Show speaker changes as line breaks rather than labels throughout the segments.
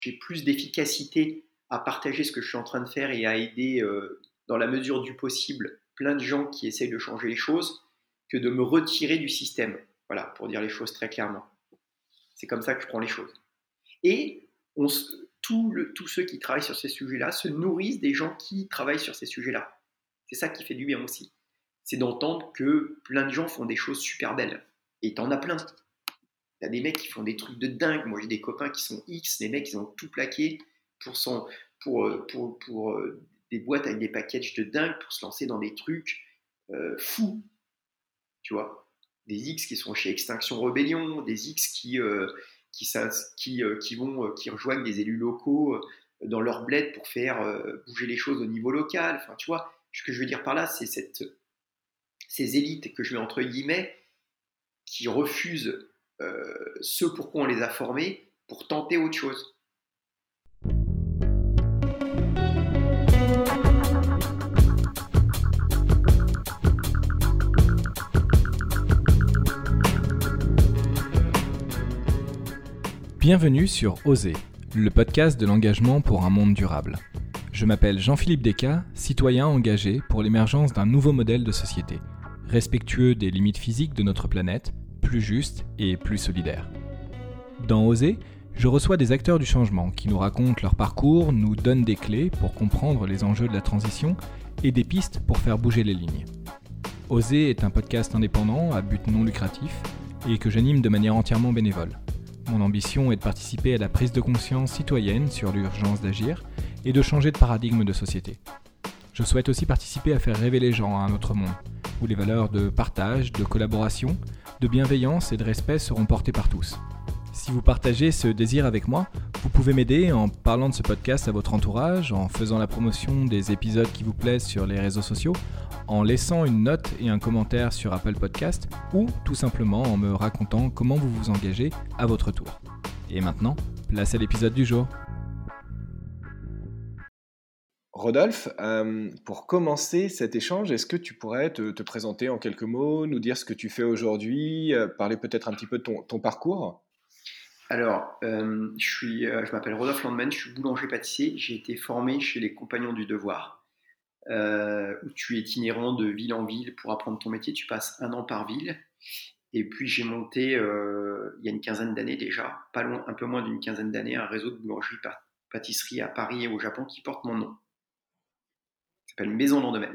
j'ai plus d'efficacité à partager ce que je suis en train de faire et à aider, dans la mesure du possible, plein de gens qui essayent de changer les choses, que de me retirer du système. Voilà, pour dire les choses très clairement. C'est comme ça que je prends les choses. Et tous ceux qui travaillent sur ces sujets-là se nourrissent des gens qui travaillent sur ces sujets-là. C'est ça qui fait du bien aussi. C'est d'entendre que plein de gens font des choses super belles. Et t'en as plein. T'as des mecs qui font des trucs de dingue. Moi, j'ai des copains qui sont X. Les mecs, ils ont tout plaqué pour, son, pour des boîtes avec des packages de dingue pour se lancer dans des trucs fous. Tu vois, des X qui sont chez Extinction Rebellion, des X qui rejoignent des élus locaux dans leur bled pour faire bouger les choses au niveau local. Enfin, tu vois, ce que je veux dire par là, c'est ces élites que je mets entre guillemets qui refusent ce pourquoi on les a formés pour tenter autre chose.
Bienvenue sur Oser, le podcast de l'engagement pour un monde durable. Je m'appelle Jean-Philippe Descas, citoyen engagé pour l'émergence d'un nouveau modèle de société, respectueux des limites physiques de notre planète, plus juste et plus solidaire. Dans Oser, je reçois des acteurs du changement qui nous racontent leur parcours, nous donnent des clés pour comprendre les enjeux de la transition et des pistes pour faire bouger les lignes. Oser est un podcast indépendant à but non lucratif et que j'anime de manière entièrement bénévole. Mon ambition est de participer à la prise de conscience citoyenne sur l'urgence d'agir et de changer de paradigme de société. Je souhaite aussi participer à faire rêver les gens à un autre monde, où les valeurs de partage, de collaboration, de bienveillance et de respect seront portées par tous. Si vous partagez ce désir avec moi, vous pouvez m'aider en parlant de ce podcast à votre entourage, en faisant la promotion des épisodes qui vous plaisent sur les réseaux sociaux, en laissant une note et un commentaire sur Apple Podcast ou tout simplement en me racontant comment vous vous engagez à votre tour. Et maintenant, place à l'épisode du jour.
Rodolphe, pour commencer cet échange, est-ce que tu pourrais te présenter en quelques mots, nous dire ce que tu fais aujourd'hui, parler peut-être un petit peu de ton parcours?
Alors, je m'appelle Rodolphe Landman, je suis boulanger-pâtissier. J'ai été formé chez les Compagnons du Devoir, où tu es itinérant de ville en ville pour apprendre ton métier. Tu passes un an par ville. Et puis j'ai monté, il y a une quinzaine d'années déjà, pas loin, un peu moins d'une quinzaine d'années, un réseau de boulangeries-pâtisseries à Paris et au Japon qui porte mon nom. Ça s'appelle Maison Lendemain.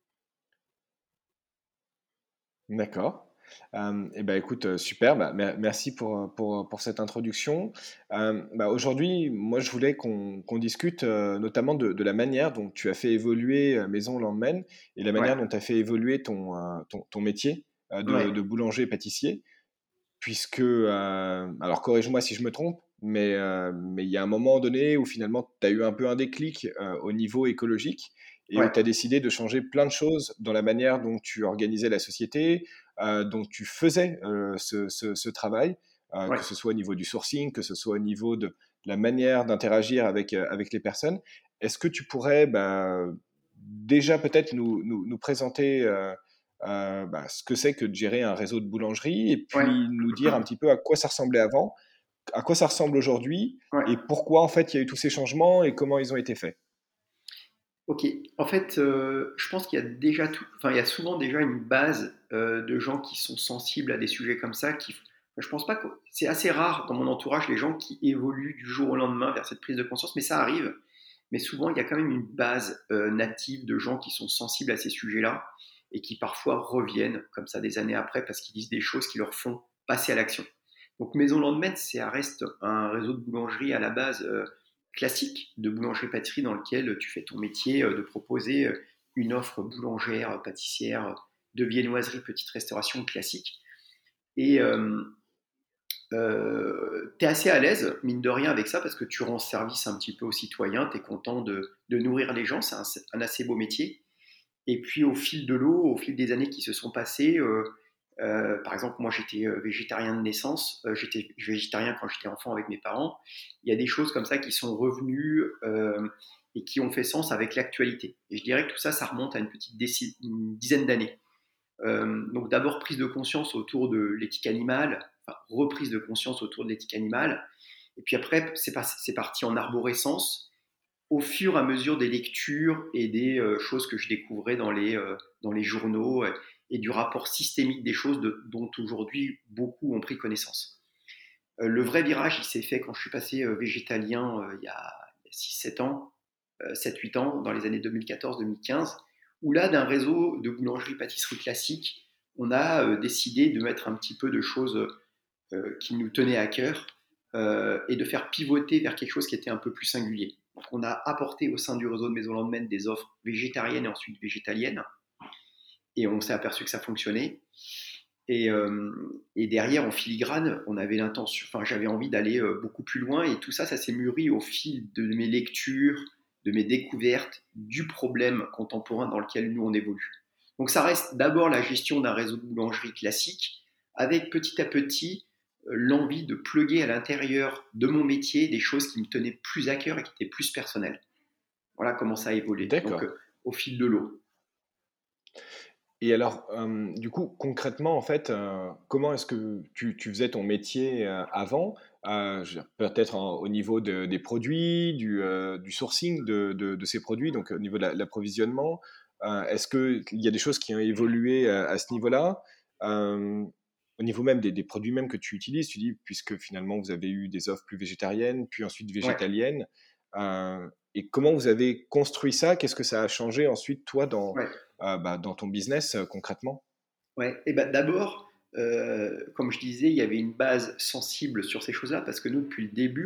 D'accord. Et ben écoute, super, merci pour cette introduction. Aujourd'hui, moi je voulais qu'on discute notamment de la manière dont tu as fait évoluer Maison Landmen et la
Ouais,
manière dont tu as fait évoluer ton métier
ouais,
de boulanger-pâtissier. Puisque, alors corrige-moi si je me trompe, mais il y a un moment donné où finalement tu as eu un peu un déclic au niveau écologique et où
ouais,
tu as décidé de changer plein de choses dans la manière dont tu organisais la société, dont tu faisais ce travail,
ouais.
que ce soit au niveau du sourcing, que ce soit au niveau de la manière d'interagir avec les personnes. Est-ce que tu pourrais déjà peut-être nous présenter ce que c'est que de gérer un réseau de boulangerie et
Ouais,
puis nous dire un petit peu à quoi ça ressemblait avant, à quoi ça ressemble aujourd'hui et
ouais.
pourquoi en fait il y a eu tous ces changements et comment ils ont été faits.
Ok. En fait, je pense qu'il y a déjà enfin, il y a souvent déjà une base de gens qui sont sensibles à des sujets comme ça. Je pense pas que c'est assez rare dans mon entourage les gens qui évoluent du jour au lendemain vers cette prise de conscience, mais ça arrive. Mais souvent, il y a quand même une base native de gens qui sont sensibles à ces sujets-là et qui parfois reviennent comme ça des années après parce qu'ils disent des choses qui leur font passer à l'action. Donc Maison Lendemain, ça reste un réseau de boulangerie à la base classique de boulangerie-pâtisserie dans lequel tu fais ton métier de proposer une offre boulangère, pâtissière, de viennoiserie, petite restauration classique. Et tu es assez à l'aise, mine de rien, avec ça, parce que tu rends service un petit peu aux citoyens, tu es content de nourrir les gens, c'est un assez beau métier. Et puis au fil de l'eau, au fil des années qui se sont passées, par exemple, moi j'étais végétarien de naissance, j'étais végétarien quand j'étais enfant avec mes parents. Il y a des choses comme ça qui sont revenues et qui ont fait sens avec l'actualité. Et je dirais que tout ça, ça remonte à une dizaine d'années. Donc d'abord prise de conscience autour de l'éthique animale, enfin reprise de conscience autour de l'éthique animale. Et puis après, c'est parti en arborescence au fur et à mesure des lectures et des choses que je découvrais dans les journaux et du rapport systémique des choses dont aujourd'hui beaucoup ont pris connaissance. Le vrai virage, il s'est fait quand je suis passé végétalien il y a 6-7 ans, 7-8 ans, dans les années 2014-2015, où là, d'un réseau de boulangerie-pâtisserie classique, on a décidé de mettre un petit peu de choses qui nous tenaient à cœur et de faire pivoter vers quelque chose qui était un peu plus singulier. Donc, on a apporté au sein du réseau de Maison Landmen des offres végétariennes et ensuite végétaliennes, et on s'est aperçu que ça fonctionnait. Et derrière, en filigrane, on avait l'intention, enfin, j'avais envie d'aller beaucoup plus loin, et tout ça, ça s'est mûri au fil de mes lectures, de mes découvertes, du problème contemporain dans lequel nous on évolue. Donc ça reste d'abord la gestion d'un réseau de boulangerie classique, avec petit à petit l'envie de plugger à l'intérieur de mon métier des choses qui me tenaient plus à cœur et qui étaient plus personnelles. Voilà comment ça a évolué. Donc
D'accord.
au fil de l'eau.
Et alors, du coup, concrètement, en fait, comment est-ce que tu faisais ton métier, avant? Je veux dire, peut-être au niveau des produits, du sourcing de ces produits, donc au niveau de l'approvisionnement. Est-ce qu'il y a des choses qui ont évolué, à ce niveau-là? Au niveau même des produits même que tu utilises, tu dis puisque finalement vous avez eu des offres plus végétariennes, puis ensuite
Ouais,
végétaliennes. Et comment vous avez construit ça? Qu'est-ce que ça a changé ensuite, toi,
ouais.
dans ton business, concrètement?
Ouais, et ben d'abord, comme je disais, il y avait une base sensible sur ces choses-là parce que nous, depuis le début,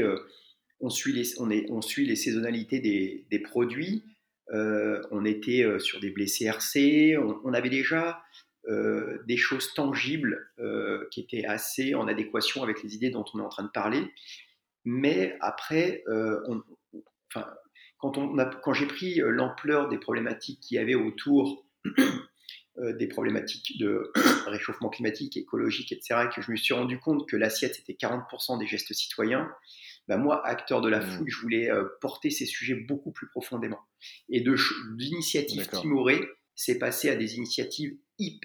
on suit les saisonnalités des produits. On était sur des blés CRC. On avait déjà des choses tangibles qui étaient assez en adéquation avec les idées dont on est en train de parler. Mais après, enfin, quand j'ai pris l'ampleur des problématiques qu'il y avait autour des problématiques de réchauffement climatique, écologique, etc., et que je me suis rendu compte que l'assiette, c'était 40% des gestes citoyens, ben moi, acteur de la
Mmh.
foule, je voulais porter ces sujets beaucoup plus profondément. Et d'initiatives
D'accord.
timorées, c'est passé à des initiatives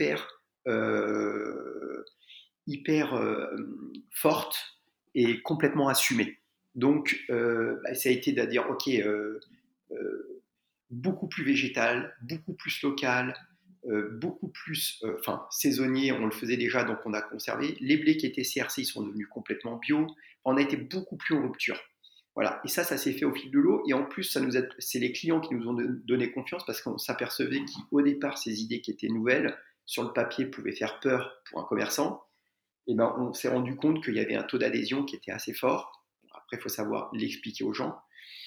euh, hyper fortes et complètement assumées. Donc, bah, ça a été de dire, OK, beaucoup plus végétal, beaucoup plus local, beaucoup plus saisonnier, on le faisait déjà, donc on a conservé. Les blés qui étaient CRC, ils sont devenus complètement bio. On a été beaucoup plus en rupture. Voilà, et ça s'est fait au fil de l'eau. Et en plus, c'est les clients qui nous ont donné confiance parce qu'on s'apercevait qu'au départ, ces idées qui étaient nouvelles, sur le papier, pouvaient faire peur pour un commerçant. Et ben, on s'est rendu compte qu'il y avait un taux d'adhésion qui était assez fort. Après, il faut savoir l'expliquer aux gens.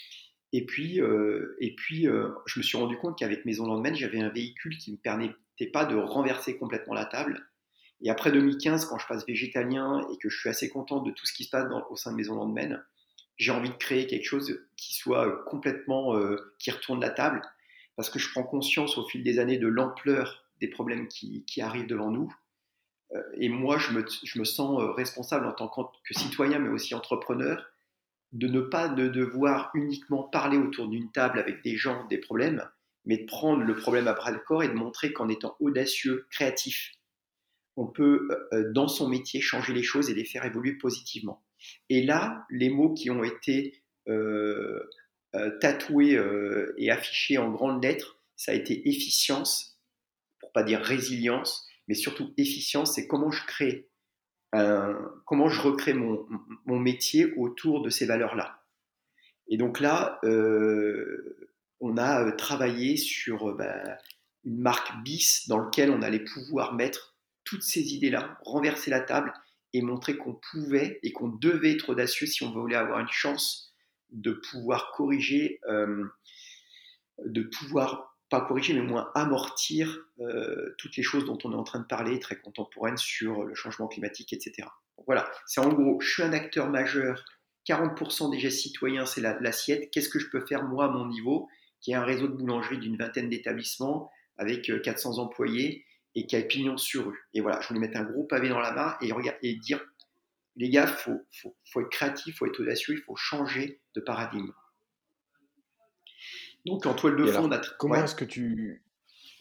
Je me suis rendu compte qu'avec Maison Landmen, j'avais un véhicule qui ne me permettait pas de renverser complètement la table. Et après 2015, quand je passe végétalien et que je suis assez content de tout ce qui se passe au sein de Maison Landmen, j'ai envie de créer quelque chose qui soit complètement, qui retourne la table, parce que je prends conscience au fil des années de l'ampleur des problèmes qui arrivent devant nous. Et moi, je me sens responsable en tant que citoyen, mais aussi entrepreneur, de ne pas de devoir uniquement parler autour d'une table avec des gens des problèmes, mais de prendre le problème à bras le corps et de montrer qu'en étant audacieux, créatif, on peut, dans son métier, changer les choses et les faire évoluer positivement. Et là, les mots qui ont été tatoués et affichés en grandes lettres, ça a été efficience, pour pas dire résilience, mais surtout efficience, c'est comment je recrée mon métier autour de ces valeurs-là. Et donc là, on a travaillé sur une marque bis dans laquelle on allait pouvoir mettre toutes ces idées-là, renverser la table et montrer qu'on pouvait et qu'on devait être audacieux si on voulait avoir une chance de pouvoir corriger, de pouvoir pas corriger, mais au moins amortir toutes les choses dont on est en train de parler, très contemporaines sur le changement climatique, etc. Donc voilà, c'est en gros, je suis un acteur majeur, 40% des gestes citoyens, c'est l'assiette. Qu'est-ce que je peux faire moi à mon niveau, qui est un réseau de boulangerie d'une vingtaine d'établissements, avec 400 employés, et qui a pignon sur rue. Et voilà, je voulais mettre un gros pavé dans la mare et dire, les gars, faut être créatif, il faut être audacieux, il faut changer de paradigme. Donc en toile de
Et
fond,
alors, comment
ouais.
est-ce que tu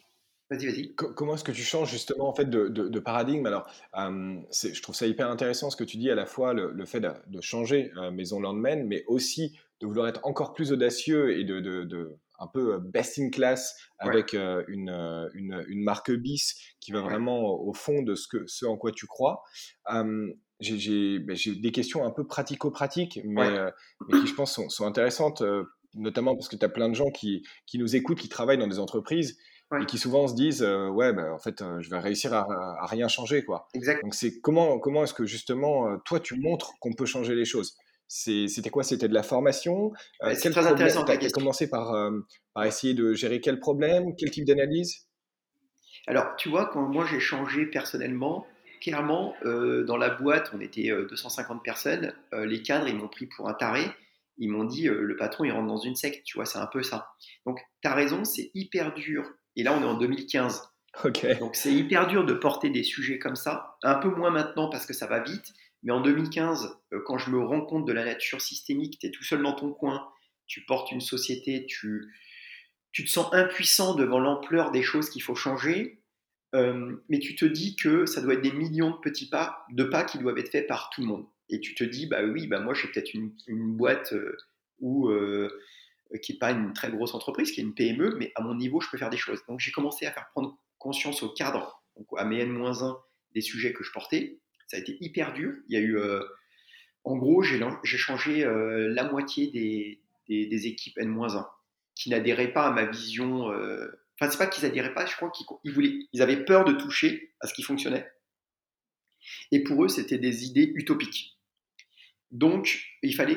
Vas-y, vas-y.
Comment est-ce que tu changes justement en fait de paradigme? Alors, je trouve ça hyper intéressant ce que tu dis, à la fois le fait de changer, maison lendemain, mais aussi de vouloir être encore plus audacieux et de un peu, best in class
Ouais,
avec, une marque bis qui va
ouais,
vraiment au fond de ce en quoi tu crois. J'ai des questions un peu pratico-pratiques,
ouais,
mais qui je pense sont intéressantes, notamment parce que tu as plein de gens qui nous écoutent, qui travaillent dans des entreprises
ouais,
et qui souvent se disent ouais bah, en fait je vais réussir à rien changer quoi.
exact.
Donc c'est comment est-ce que justement toi tu montres qu'on peut changer les choses. C'était quoi? C'était de la formation.
C'est
Quel
très
problème
intéressant ta
t'as
question.
commencé par
Ouais.
essayer de gérer quel problème, quel type d'analyse?
Alors, tu vois, quand moi j'ai changé personnellement, clairement, dans la boîte, on était 250 personnes. Les cadres, ils m'ont pris pour un taré. Ils m'ont dit, le patron, il rentre dans une secte. Tu vois, c'est un peu ça. Donc, tu as raison, c'est hyper dur. Et là, on est en 2015.
Ok.
Donc, c'est hyper dur de porter des sujets comme ça. Un peu moins maintenant parce que ça va vite. Mais en 2015, quand je me rends compte de la nature systémique, tu es tout seul dans ton coin, tu portes une société, tu te sens impuissant devant l'ampleur des choses qu'il faut changer. Mais tu te dis que ça doit être des millions de petits pas, de pas qui doivent être faits par tout le monde. Et tu te dis, bah oui, bah moi j'ai peut-être une boîte où, qui n'est pas une très grosse entreprise, qui est une PME, mais à mon niveau, je peux faire des choses. Donc j'ai commencé à faire prendre conscience au cadre, donc à mes N-1, des sujets que je portais. Ça a été hyper dur. Il y a eu, en gros, j'ai changé la moitié des équipes N-1 qui n'adhéraient pas à ma vision. Enfin, c'est pas qu'ils adhéraient pas, je crois ils avaient peur de toucher à ce qui fonctionnait. Et pour eux, c'était des idées utopiques. Donc, il fallait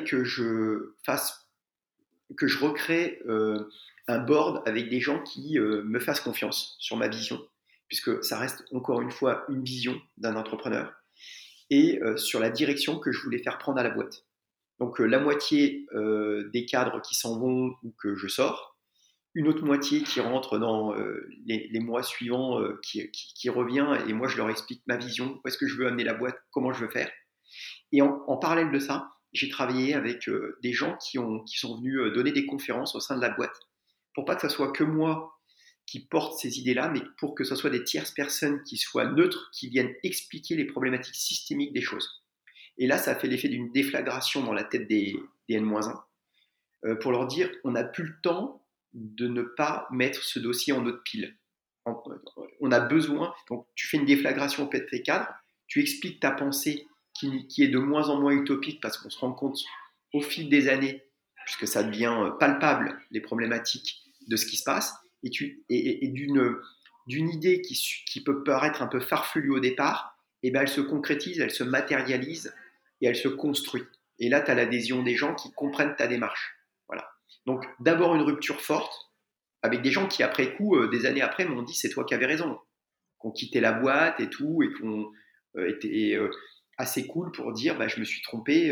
que je recrée un board avec des gens qui me fassent confiance sur ma vision, puisque ça reste encore une fois une vision d'un entrepreneur, et sur la direction que je voulais faire prendre à la boîte. Donc la moitié des cadres qui s'en vont ou que je sors, une autre moitié qui rentre dans les mois suivants, qui revient, et moi je leur explique ma vision, où est-ce que je veux amener la boîte, comment je veux faire. Et en parallèle de ça, j'ai travaillé avec des gens qui sont venus donner des conférences au sein de la boîte, pour pas que ça soit que moi qui porte ces idées-là, mais pour que ce soit des tierces personnes qui soient neutres, qui viennent expliquer les problématiques systémiques des choses. Et là, ça a fait l'effet d'une déflagration dans la tête des N-1, pour leur dire on n'a plus le temps de ne pas mettre ce dossier en notre pile. On a besoin, donc tu fais une déflagration auprès de tes cadres, tu expliques ta pensée qui est de moins en moins utopique parce qu'on se rend compte au fil des années, puisque ça devient palpable, les problématiques de ce qui se passe, et d'une idée qui peut paraître un peu farfelue au départ, et ben elle se concrétise, elle se matérialise et elle se construit. Et là, tu as l'adhésion des gens qui comprennent ta démarche. Voilà. Donc, d'abord une rupture forte avec des gens qui, après coup, des années après, m'ont dit c'est toi qui avais raison, qu'on quittait la boîte et tout, et qu'on était assez cool pour dire bah, je me suis trompé,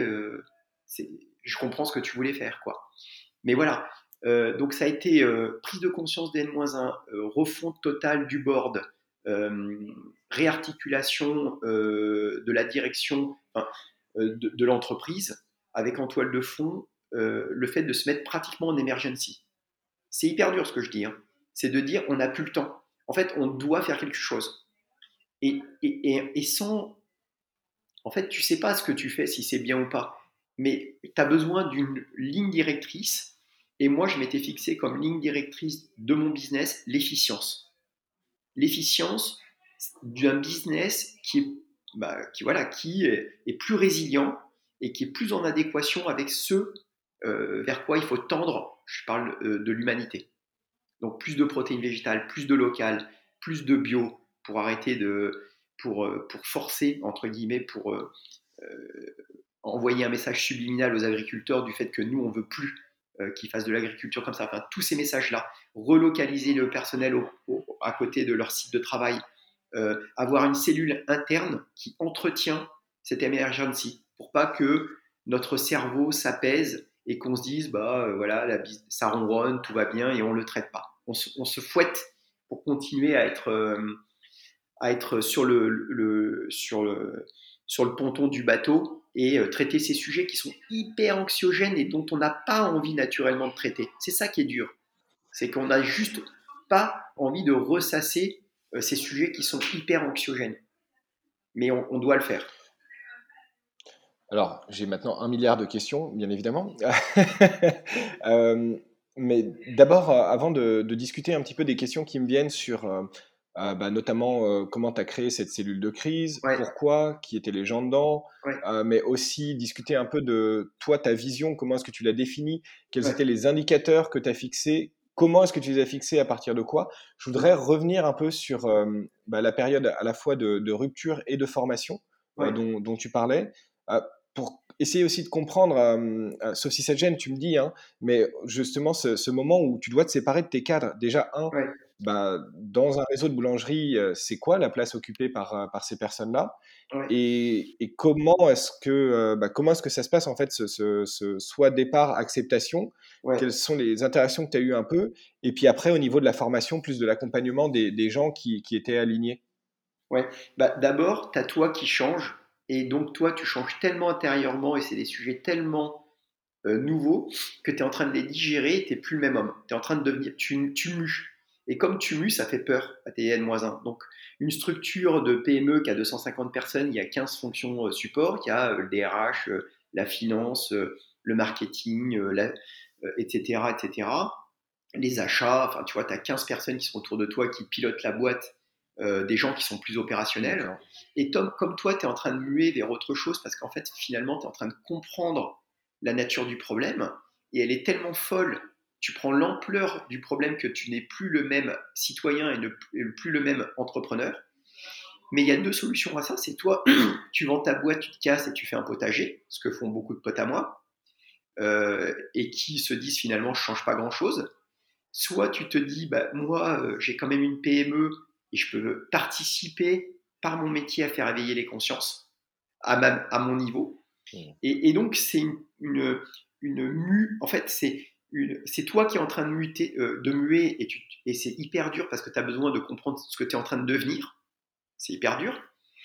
je comprends ce que tu voulais faire. Quoi. Mais voilà. Donc, ça a été prise de conscience des N-1, refonte totale du board, euh, réarticulation de la direction, enfin, de l'entreprise, avec en toile de fond le fait de se mettre pratiquement en emergency. C'est hyper dur ce que je dis, hein. C'est de dire on n'a plus le temps. En fait, on doit faire quelque chose. Et sans. En fait, tu sais pas ce que tu fais, si c'est bien ou pas. Mais tu as besoin d'une ligne directrice. Et moi, je m'étais fixé comme ligne directrice de mon business l'efficience. L'efficience d'un business qui est plus résilient et qui est plus en adéquation avec ce vers quoi il faut tendre. Je parle de l'humanité. Donc plus de protéines végétales, plus de local, plus de bio pour arrêter pour forcer entre guillemets pour envoyer un message subliminal aux agriculteurs du fait que nous on veut plus qu'ils fassent de l'agriculture comme ça. Enfin tous ces messages là, relocaliser le personnel à côté de leur site de travail, avoir une cellule interne qui entretient cette emergency pour pas que notre cerveau s'apaise et qu'on se dise bah voilà ça ronronne, tout va bien et on le traite pas. On se fouette pour continuer à être sur le ponton du bateau et traiter ces sujets qui sont hyper anxiogènes et dont on n'a pas envie naturellement de traiter. C'est ça qui est dur. C'est qu'on n'a juste pas envie de ressasser ces sujets qui sont hyper anxiogènes. Mais on doit le faire.
Alors, j'ai maintenant 1 milliard de questions, bien évidemment. Euh, mais d'abord, avant de discuter un petit peu des questions qui me viennent sur notamment comment tu as créé cette cellule de crise,
Ouais,
pourquoi, qui étaient les gens dedans,
ouais,
mais aussi discuter un peu de toi, ta vision, comment est-ce que tu l'as définie, quels
ouais.
étaient les indicateurs que tu as fixés, comment est-ce que tu les as fixés, à partir de quoi. Je voudrais revenir un peu sur la période à la fois de rupture et de formation
Ouais.
dont tu parlais. Euh, pour essayer aussi de comprendre, sauf si ça te gêne, tu me dis, hein, mais justement ce moment où tu dois te séparer de tes cadres, déjà,
Ouais,
dans un réseau de boulangerie, c'est quoi la place occupée par ces personnes-là?
ouais,
Et comment est-ce que ça se passe en fait, soit départ, acceptation?
ouais,
Quelles sont les interactions que tu as eues un peu? Et puis après, au niveau de la formation, plus de l'accompagnement des gens qui étaient alignés.
ouais. D'abord, tu as toi qui change, et donc toi, tu changes tellement intérieurement, et c'est des sujets tellement nouveaux que tu es en train de les digérer, et tu n'es plus le même homme. Tu es en train de devenir, tu mues. Et comme tu mues, ça fait peur à tes N-1. Donc, une structure de PME qui a 250 personnes, il y a 15 fonctions support, il y a le DRH, la finance, le marketing, etc., etc. Les achats, enfin, tu vois, tu as 15 personnes qui sont autour de toi, qui pilotent la boîte, des gens qui sont plus opérationnels.
D'accord.
Et Tom, comme toi, tu es en train de muer vers autre chose parce qu'en fait, finalement, tu es en train de comprendre la nature du problème et elle est tellement folle. Tu prends l'ampleur du problème que tu n'es plus le même citoyen et plus le même entrepreneur. Mais il y a deux solutions à ça. C'est toi, tu vends ta boîte, tu te casses et tu fais un potager, ce que font beaucoup de potes à moi, et qui se disent finalement, je change pas grand-chose. Soit tu te dis, bah, moi, j'ai quand même une PME et je peux participer par mon métier à faire éveiller les consciences à mon niveau.
Mm.
Et donc, c'est une mue. En fait, c'est toi qui es en train de muer et c'est hyper dur parce que tu as besoin de comprendre ce que tu es en train de devenir. C'est hyper dur.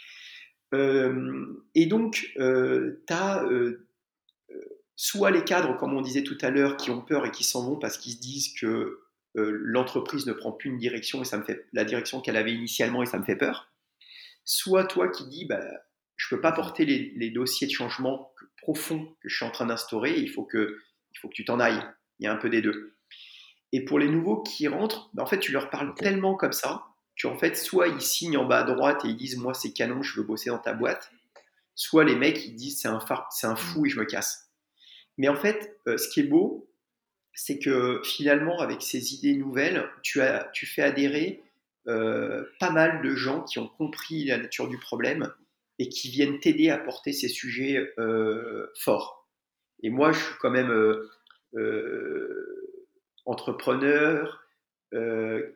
Et donc, tu as soit les cadres, comme on disait tout à l'heure, qui ont peur et qui s'en vont parce qu'ils se disent que l'entreprise ne prend plus une direction et ça me fait la direction qu'elle avait initialement et ça me fait peur. Soit toi qui dis bah, je ne peux pas
Mhm.
porter les dossiers de changement profonds que je suis en train d'instaurer, il faut que tu t'en ailles. Il y a un peu des deux. Et pour les nouveaux qui rentrent, bah, en fait tu leur parles
Ok.
tellement comme ça qu'en fait soit ils signent en bas à droite et ils disent moi c'est canon, je veux bosser dans ta boîte, soit les mecs ils disent c'est un fou
Mm.
et je me casse. Mais en fait, ce qui est beau, c'est que finalement, avec ces idées nouvelles, tu fais adhérer pas mal de gens qui ont compris la nature du problème et qui viennent t'aider à porter ces sujets forts. Et moi, je suis quand même entrepreneur, euh,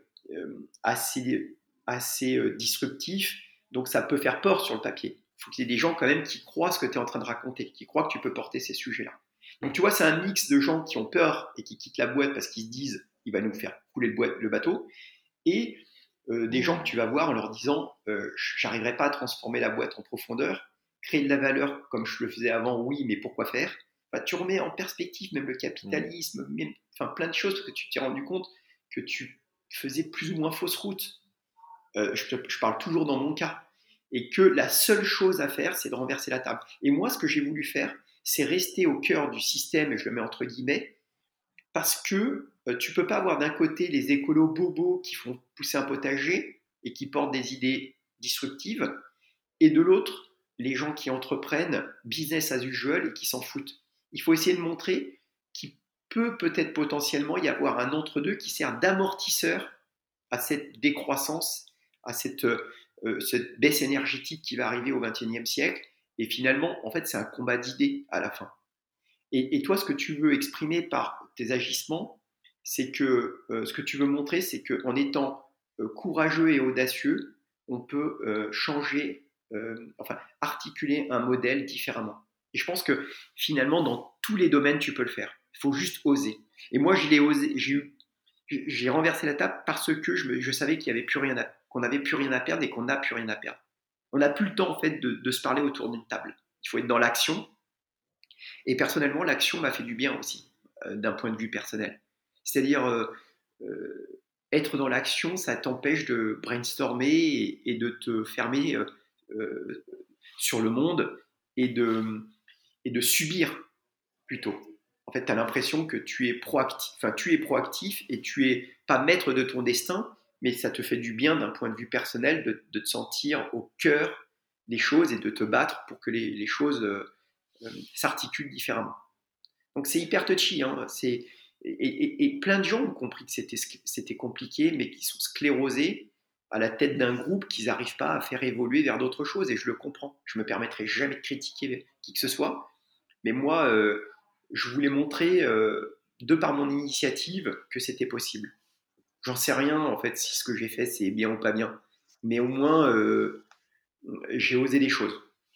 assez disruptif, donc ça peut faire peur sur le papier. Il faut qu'il y ait des gens quand même qui croient ce que tu es en train de raconter, qui croient que tu peux porter ces sujets-là. Donc tu vois, c'est un mix de gens qui ont peur et qui quittent la boîte parce qu'ils se disent il va nous faire couler le bateau, et des gens que
Mm.
tu vas voir en leur disant j'arriverai pas à transformer la boîte en profondeur, créer de la valeur comme je le faisais avant, oui, mais pourquoi faire. Enfin, tu remets en perspective même le
Mm.
capitalisme, même, enfin, plein de choses, parce que tu t'es rendu compte que tu faisais plus ou moins fausse route. Je parle toujours dans mon cas. Et que la seule chose à faire, c'est de renverser la table. Et moi, ce que j'ai voulu faire, c'est rester au cœur du système, et je le mets entre guillemets, parce que tu peux pas avoir d'un côté les écolos bobos qui font pousser un potager et qui portent des idées disruptives, et de l'autre, les gens qui entreprennent business as usual et qui s'en foutent. Il faut essayer de montrer qu'il peut peut-être potentiellement y avoir un entre-deux qui sert d'amortisseur à cette décroissance, à cette baisse énergétique qui va arriver au XXIe siècle. Et finalement, en fait, c'est un combat d'idées à la fin. Et toi, ce que tu veux exprimer par tes agissements, c'est que ce que tu veux montrer, c'est qu'en étant courageux et audacieux, on peut changer, enfin, articuler un modèle différemment. Et je pense que finalement, dans tous les domaines, tu peux le faire. Il faut juste oser. Et moi, je l'ai osé, j'ai renversé la table parce que je savais qu'il y avait plus rien qu'on n'avait plus rien à perdre et qu'on n'a plus rien à perdre. On n'a plus le temps en fait de se parler autour d'une table. Il faut être dans l'action, et personnellement, l'action m'a fait du bien aussi, d'un point de vue personnel. C'est-à-dire, être dans l'action, ça t'empêche de brainstormer et de te fermer euh, sur le monde et de subir plutôt. En fait, tu as l'impression que tu es proactif et tu es pas maître de ton destin, mais ça te fait du bien d'un point de vue personnel de te sentir au cœur des choses et de te battre pour que les choses s'articulent différemment. Donc c'est hyper touchy, hein. Et plein de gens ont compris que c'était compliqué, mais qui sont sclérosés à la tête d'un groupe qu'ils n'arrivent pas à faire évoluer vers d'autres choses, et je le comprends. Je ne me permettrai jamais de critiquer qui que ce soit, mais moi, je voulais montrer, de par mon initiative, que c'était possible. J'en sais rien, en fait, si ce que j'ai fait, c'est bien ou pas bien, mais au moins, j'ai osé des choses.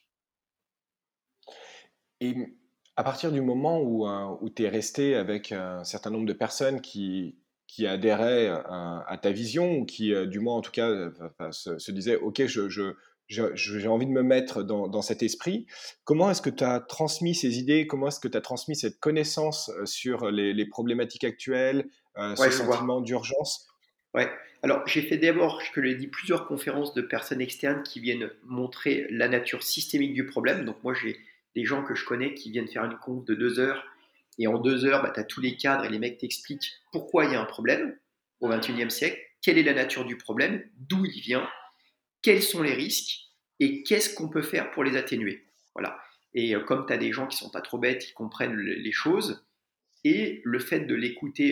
Et à partir du moment où tu es resté avec un certain nombre de personnes qui adhéraient à ta vision, ou qui, du moins en tout cas, enfin, se disaient, OK, j'ai envie de me mettre dans cet esprit, comment est-ce que tu as transmis ces idées, comment est-ce que tu as transmis cette connaissance sur les problématiques actuelles, ce
Ouais, je vois.
sentiment d'urgence?
Ouais. Alors, j'ai fait d'abord, je te l'ai dit, plusieurs conférences de personnes externes qui viennent montrer la nature systémique du problème. Donc, moi, j'ai des gens que je connais qui viennent faire une conf de 2 heures. Et en 2 heures, bah, tu as tous les cadres et les mecs t'expliquent pourquoi il y a un problème au XXIe siècle, quelle est la nature du problème, d'où il vient, quels sont les risques et qu'est-ce qu'on peut faire pour les atténuer. Voilà. Et comme tu as des gens qui sont pas trop bêtes, qui comprennent les choses, et le fait de l'écouter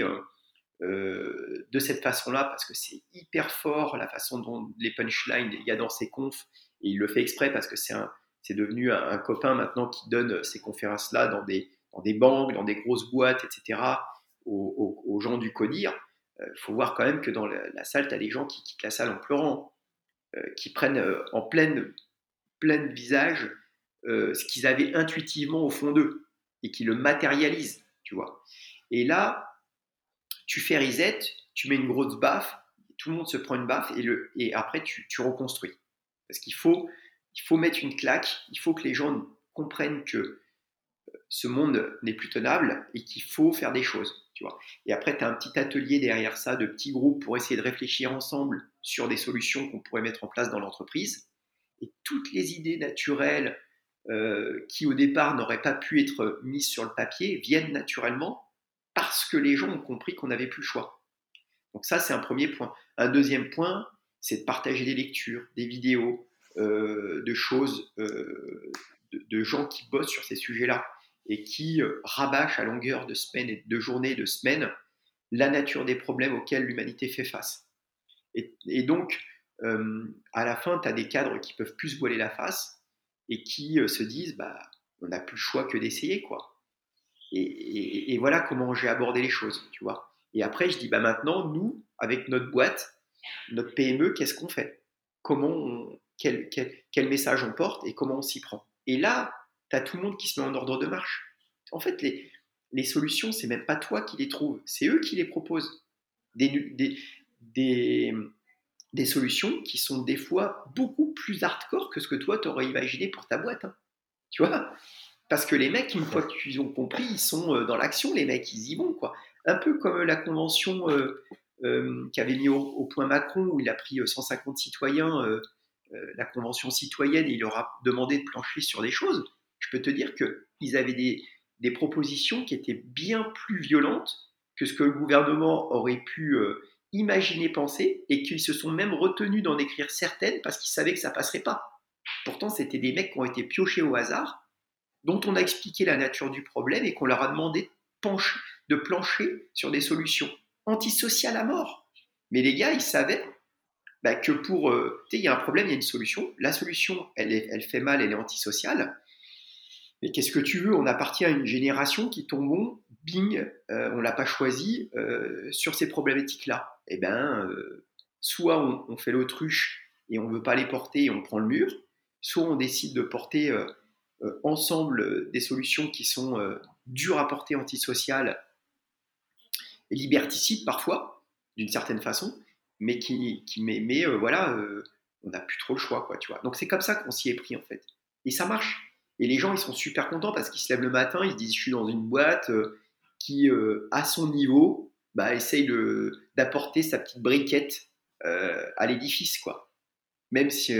de cette façon-là, parce que c'est hyper fort la façon dont les punchlines il y a dans ses confs, et il le fait exprès parce que c'est devenu un copain maintenant qui donne ces conférences-là dans des banques, dans des grosses boîtes, etc., aux gens du CODIR. Il faut voir quand même que dans la salle, tu as des gens qui quittent la salle en pleurant, qui prennent en plein visage ce qu'ils avaient intuitivement au fond d'eux et qui le matérialisent, tu vois. Et là, tu fais reset, tu mets une grosse baffe, tout le monde se prend une baffe et après tu reconstruis. Parce il faut mettre une claque, il faut que les gens comprennent que ce monde n'est plus tenable et qu'il faut faire des choses. Tu vois. Et après, tu as un petit atelier derrière ça, de petits groupes pour essayer de réfléchir ensemble sur des solutions qu'on pourrait mettre en place dans l'entreprise. Et toutes les idées naturelles qui au départ n'auraient pas pu être mises sur le papier viennent naturellement parce que les gens ont compris qu'on n'avait plus le choix. Donc ça, c'est un premier point. Un deuxième point, c'est de partager des lectures, des vidéos, de choses, de gens qui bossent sur ces sujets-là et qui rabâchent à longueur de semaines, de journées, de semaines, la nature des problèmes auxquels l'humanité fait face. Et donc, à la fin, tu as des cadres qui peuvent plus se voiler la face et qui se disent, bah, on n'a plus le choix que d'essayer, quoi. Et voilà comment j'ai abordé les choses, tu vois. Et après, je dis, bah maintenant, nous, avec notre boîte, notre PME, qu'est-ce qu'on fait? Quel message on porte et comment on s'y prend? Et là, tu as tout le monde qui se met en ordre de marche. En fait, les solutions, c'est même pas toi qui les trouves, c'est eux qui les proposent. Des, des, des, des solutions qui sont des fois beaucoup plus hardcore que ce que toi, tu aurais imaginé pour ta boîte. Hein. Tu vois? Parce que les mecs, une fois qu'ils ont compris, ils sont dans l'action, les mecs, ils y vont, quoi. Un peu comme la convention qu'avait mis au point Macron, où il a pris 150 citoyens, la convention citoyenne, et il leur a demandé de plancher sur des choses. Je peux te dire qu'ils avaient des propositions qui étaient bien plus violentes que ce que le gouvernement aurait pu imaginer, penser, et qu'ils se sont même retenus d'en écrire certaines parce qu'ils savaient que ça passerait pas. Pourtant, c'était des mecs qui ont été piochés au hasard, dont on a expliqué la nature du problème et qu'on leur a demandé de plancher sur des solutions antisociales à mort. Mais les gars, ils savaient bah, que pour... tu sais, il y a un problème, il y a une solution. La solution, elle fait mal, elle est antisociale. Mais qu'est-ce que tu veux? On appartient à une génération qui tombe bon, bing, on ne l'a pas choisi sur ces problématiques-là. Eh bien, soit on fait l'autruche et on ne veut pas les porter et on prend le mur, soit on décide de porter ensemble des solutions qui sont dures à porter, antisociales et liberticides parfois, d'une certaine façon, mais voilà, on n'a plus trop le choix, quoi, tu vois. Donc c'est comme ça qu'on s'y est pris en fait. Et ça marche. Et les gens, ils sont super contents parce qu'ils se lèvent le matin, ils se disent, je suis dans une boîte qui, à son niveau, essaye d'apporter sa petite briquette à l'édifice, quoi. Même si,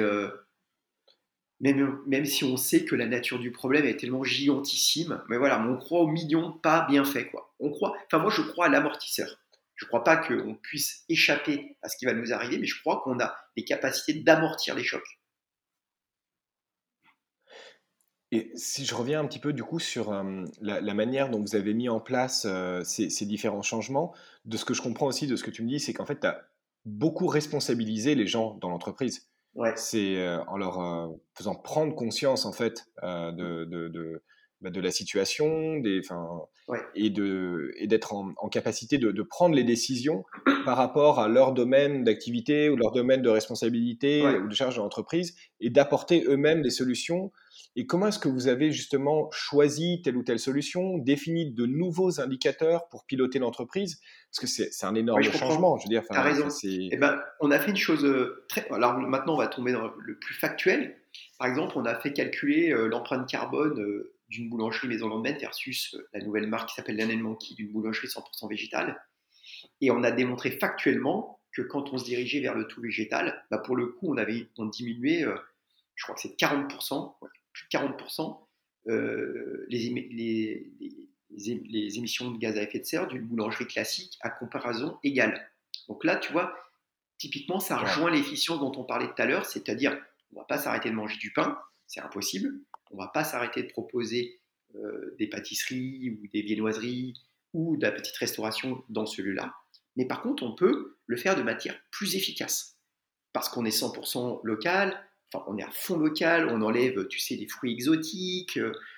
même si on sait que la nature du problème est tellement gigantissime, mais voilà, on croit aux millions de pas bien faits, quoi. Moi, je crois à l'amortisseur. Je ne crois pas qu'on puisse échapper à ce qui va nous arriver, mais je crois qu'on a les capacités d'amortir les chocs.
Et si je reviens un petit peu du coup sur la manière dont vous avez mis en place ces différents changements, de ce que je comprends aussi de ce que tu me dis, c'est qu'en fait, tu as beaucoup responsabilisé les gens dans l'entreprise.
Ouais,
C'est en leur faisant prendre conscience en fait de la situation,
ouais,
et d'être en capacité de prendre les décisions par rapport à leur domaine d'activité ou leur domaine de responsabilité
ouais.
ou de charge de l'entreprise et d'apporter eux-mêmes des solutions. Et comment est-ce que vous avez justement choisi telle ou telle solution, défini de nouveaux indicateurs pour piloter l'entreprise? Parce que c'est un
Oui, je
énorme
comprends.
changement, je veux dire,
Tu as
enfin,
raison.
c'est...
Eh ben, on a fait une chose très. Alors maintenant, on va tomber dans le plus factuel. Par exemple, on a fait calculer l'empreinte carbone d'une boulangerie Maison Lendemain versus la nouvelle marque qui s'appelle L'Anen Monkey d'une boulangerie 100% végétale. Et on a démontré factuellement que quand on se dirigeait vers le tout végétal, pour le coup, on diminuait, je crois que c'est de 40%, ouais, plus de 40%, les émissions de gaz à effet de serre d'une boulangerie classique à comparaison égale. Donc là, tu vois, typiquement, ça
Wow.
rejoint l'efficience dont on parlait tout à l'heure, c'est-à-dire, on ne va pas s'arrêter de manger du pain, c'est impossible. On ne va pas s'arrêter de proposer des pâtisseries ou des viennoiseries ou de la petite restauration dans celui-là. Mais par contre, on peut le faire de manière plus efficace parce qu'on est 100% local, enfin on est à fond local, on enlève, tu sais, des fruits exotiques,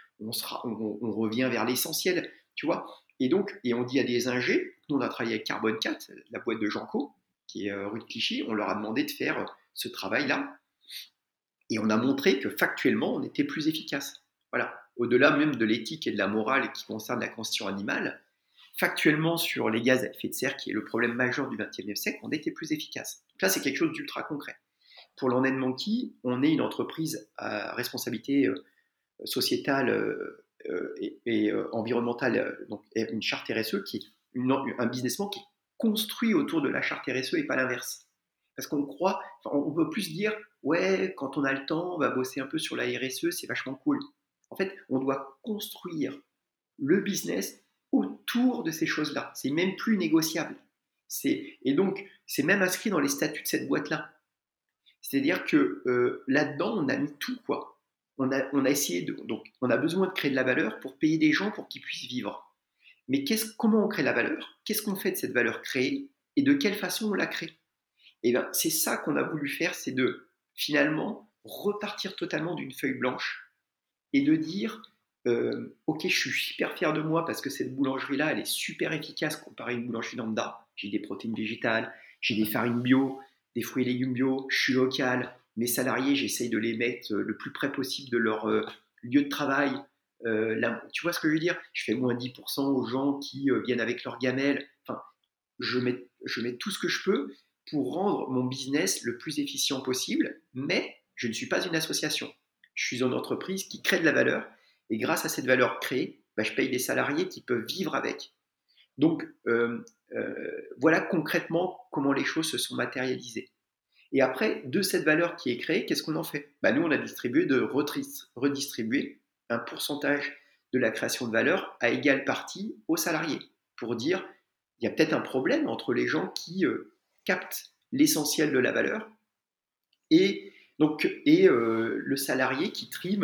on revient vers l'essentiel, tu vois. Et on dit à des ingés, nous on a travaillé avec Carbone 4, la boîte de Janco, qui est rue de Clichy, on leur a demandé de faire ce travail-là, et on a montré que factuellement on était plus efficace. Voilà. Au-delà même de l'éthique et de la morale qui concerne la constitution animale, factuellement sur les gaz à effet de serre, qui est le problème majeur du XXIe siècle, on était plus efficace. Donc là, c'est quelque chose d'ultra concret. Pour l'En Monkey, on est une entreprise à responsabilité sociétale et environnementale, donc une charte RSE qui est un businessman qui est construit autour de la charte RSE et pas l'inverse. Parce qu'on croit, enfin, on peut plus dire, ouais, quand on a le temps, on va bosser un peu sur la RSE, c'est vachement cool. En fait, on doit construire le business autour de ces choses-là. C'est même plus négociable. Et donc, c'est même inscrit dans les statuts de cette boîte-là. C'est-à-dire que là-dedans, on a mis tout, quoi. On a essayé de. Donc, on a besoin de créer de la valeur pour payer des gens pour qu'ils puissent vivre. Mais comment on crée la valeur? Qu'est-ce qu'on fait de cette valeur créée? Et de quelle façon on la crée? Et bien, c'est ça qu'on a voulu faire, c'est de finalement repartir totalement d'une feuille blanche et de dire ok, je suis super fier de moi parce que cette boulangerie-là, elle est super efficace comparée à une boulangerie lambda. J'ai des protéines végétales, j'ai des farines bio, des fruits et légumes bio, je suis local. Mes salariés, j'essaye de les mettre le plus près possible de leur lieu de travail. Tu vois ce que je veux dire? Je fais moins 10% aux gens qui viennent avec leur gamelle. Enfin, je mets tout ce que je peux pour rendre mon business le plus efficient possible, mais je ne suis pas une association. Je suis une entreprise qui crée de la valeur et grâce à cette valeur créée, je paye des salariés qui peuvent vivre avec. Donc voilà concrètement comment les choses se sont matérialisées. Et après, de cette valeur qui est créée, qu'est-ce qu'on en fait? Nous, on a redistribué un pourcentage de la création de valeur à égale partie aux salariés pour dire il y a peut-être un problème entre les gens qui captent l'essentiel de la valeur et le salarié qui trime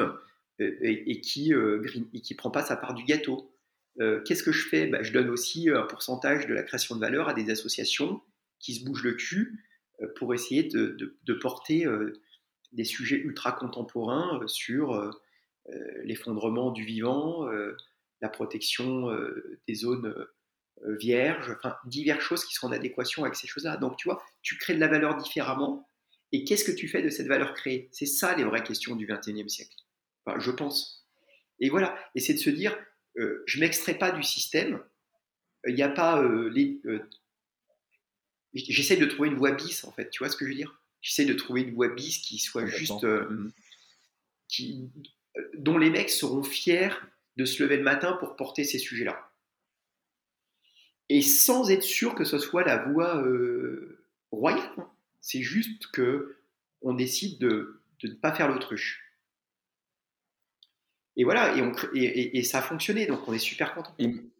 et qui prend pas sa part du gâteau. Qu'est-ce que je fais? Je donne aussi un pourcentage de la création de valeur à des associations qui se bougent le cul pour essayer de porter des sujets ultra contemporains sur l'effondrement du vivant, la protection des zones vierges, enfin diverses choses qui seront en adéquation avec ces choses-là. Donc tu vois, tu crées de la valeur différemment. Et qu'est-ce que tu fais de cette valeur créée? C'est ça les vraies questions du XXIe siècle. Enfin, je pense. Et voilà. Et c'est de se dire, je ne m'extrais pas du système. Il n'y a pas j'essaie de trouver une voie bis en fait. Tu vois ce que je veux dire? J'essaie de trouver une voie bis qui soit juste,
Complètement.
qui, dont les mecs seront fiers de se lever le matin pour porter ces sujets-là. et sans être sûr que ce soit la voie royale, hein. C'est juste que on décide de ne pas faire l'autruche. Et voilà, et ça a fonctionné, donc on est super content.
Et,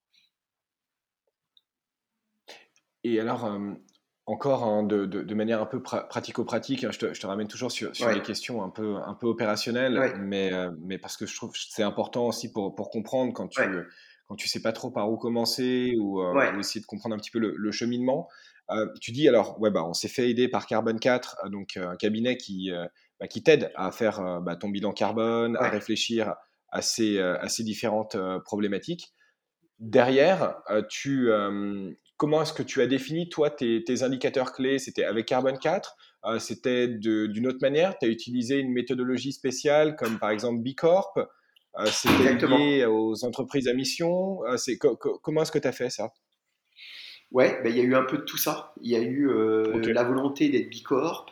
et alors, encore hein, de manière un peu pratico-pratique, hein, je te ramène toujours sur
Ouais,
des questions un peu opérationnelles,
ouais,
mais parce que je trouve que c'est important aussi pour comprendre
ouais,
quand tu sais pas trop par où commencer
ouais,
ou essayer de comprendre un petit peu le cheminement. Tu dis alors, ouais, bah, on s'est fait aider par Carbone 4, donc un cabinet qui t'aide à faire ton bilan carbone, à
ouais.
réfléchir à ces différentes problématiques. Derrière, comment est-ce que tu as défini, toi, tes indicateurs clés? C'était avec Carbone 4? C'était d'une autre manière? Tu as utilisé une méthodologie spéciale comme par exemple B Corp? C'était
Exactement.
lié aux entreprises à mission? Comment est-ce que tu as fait ça?
Ouais, bah, il y a eu un peu de tout ça. Il y a eu
Ok,
la volonté d'être Bicorp,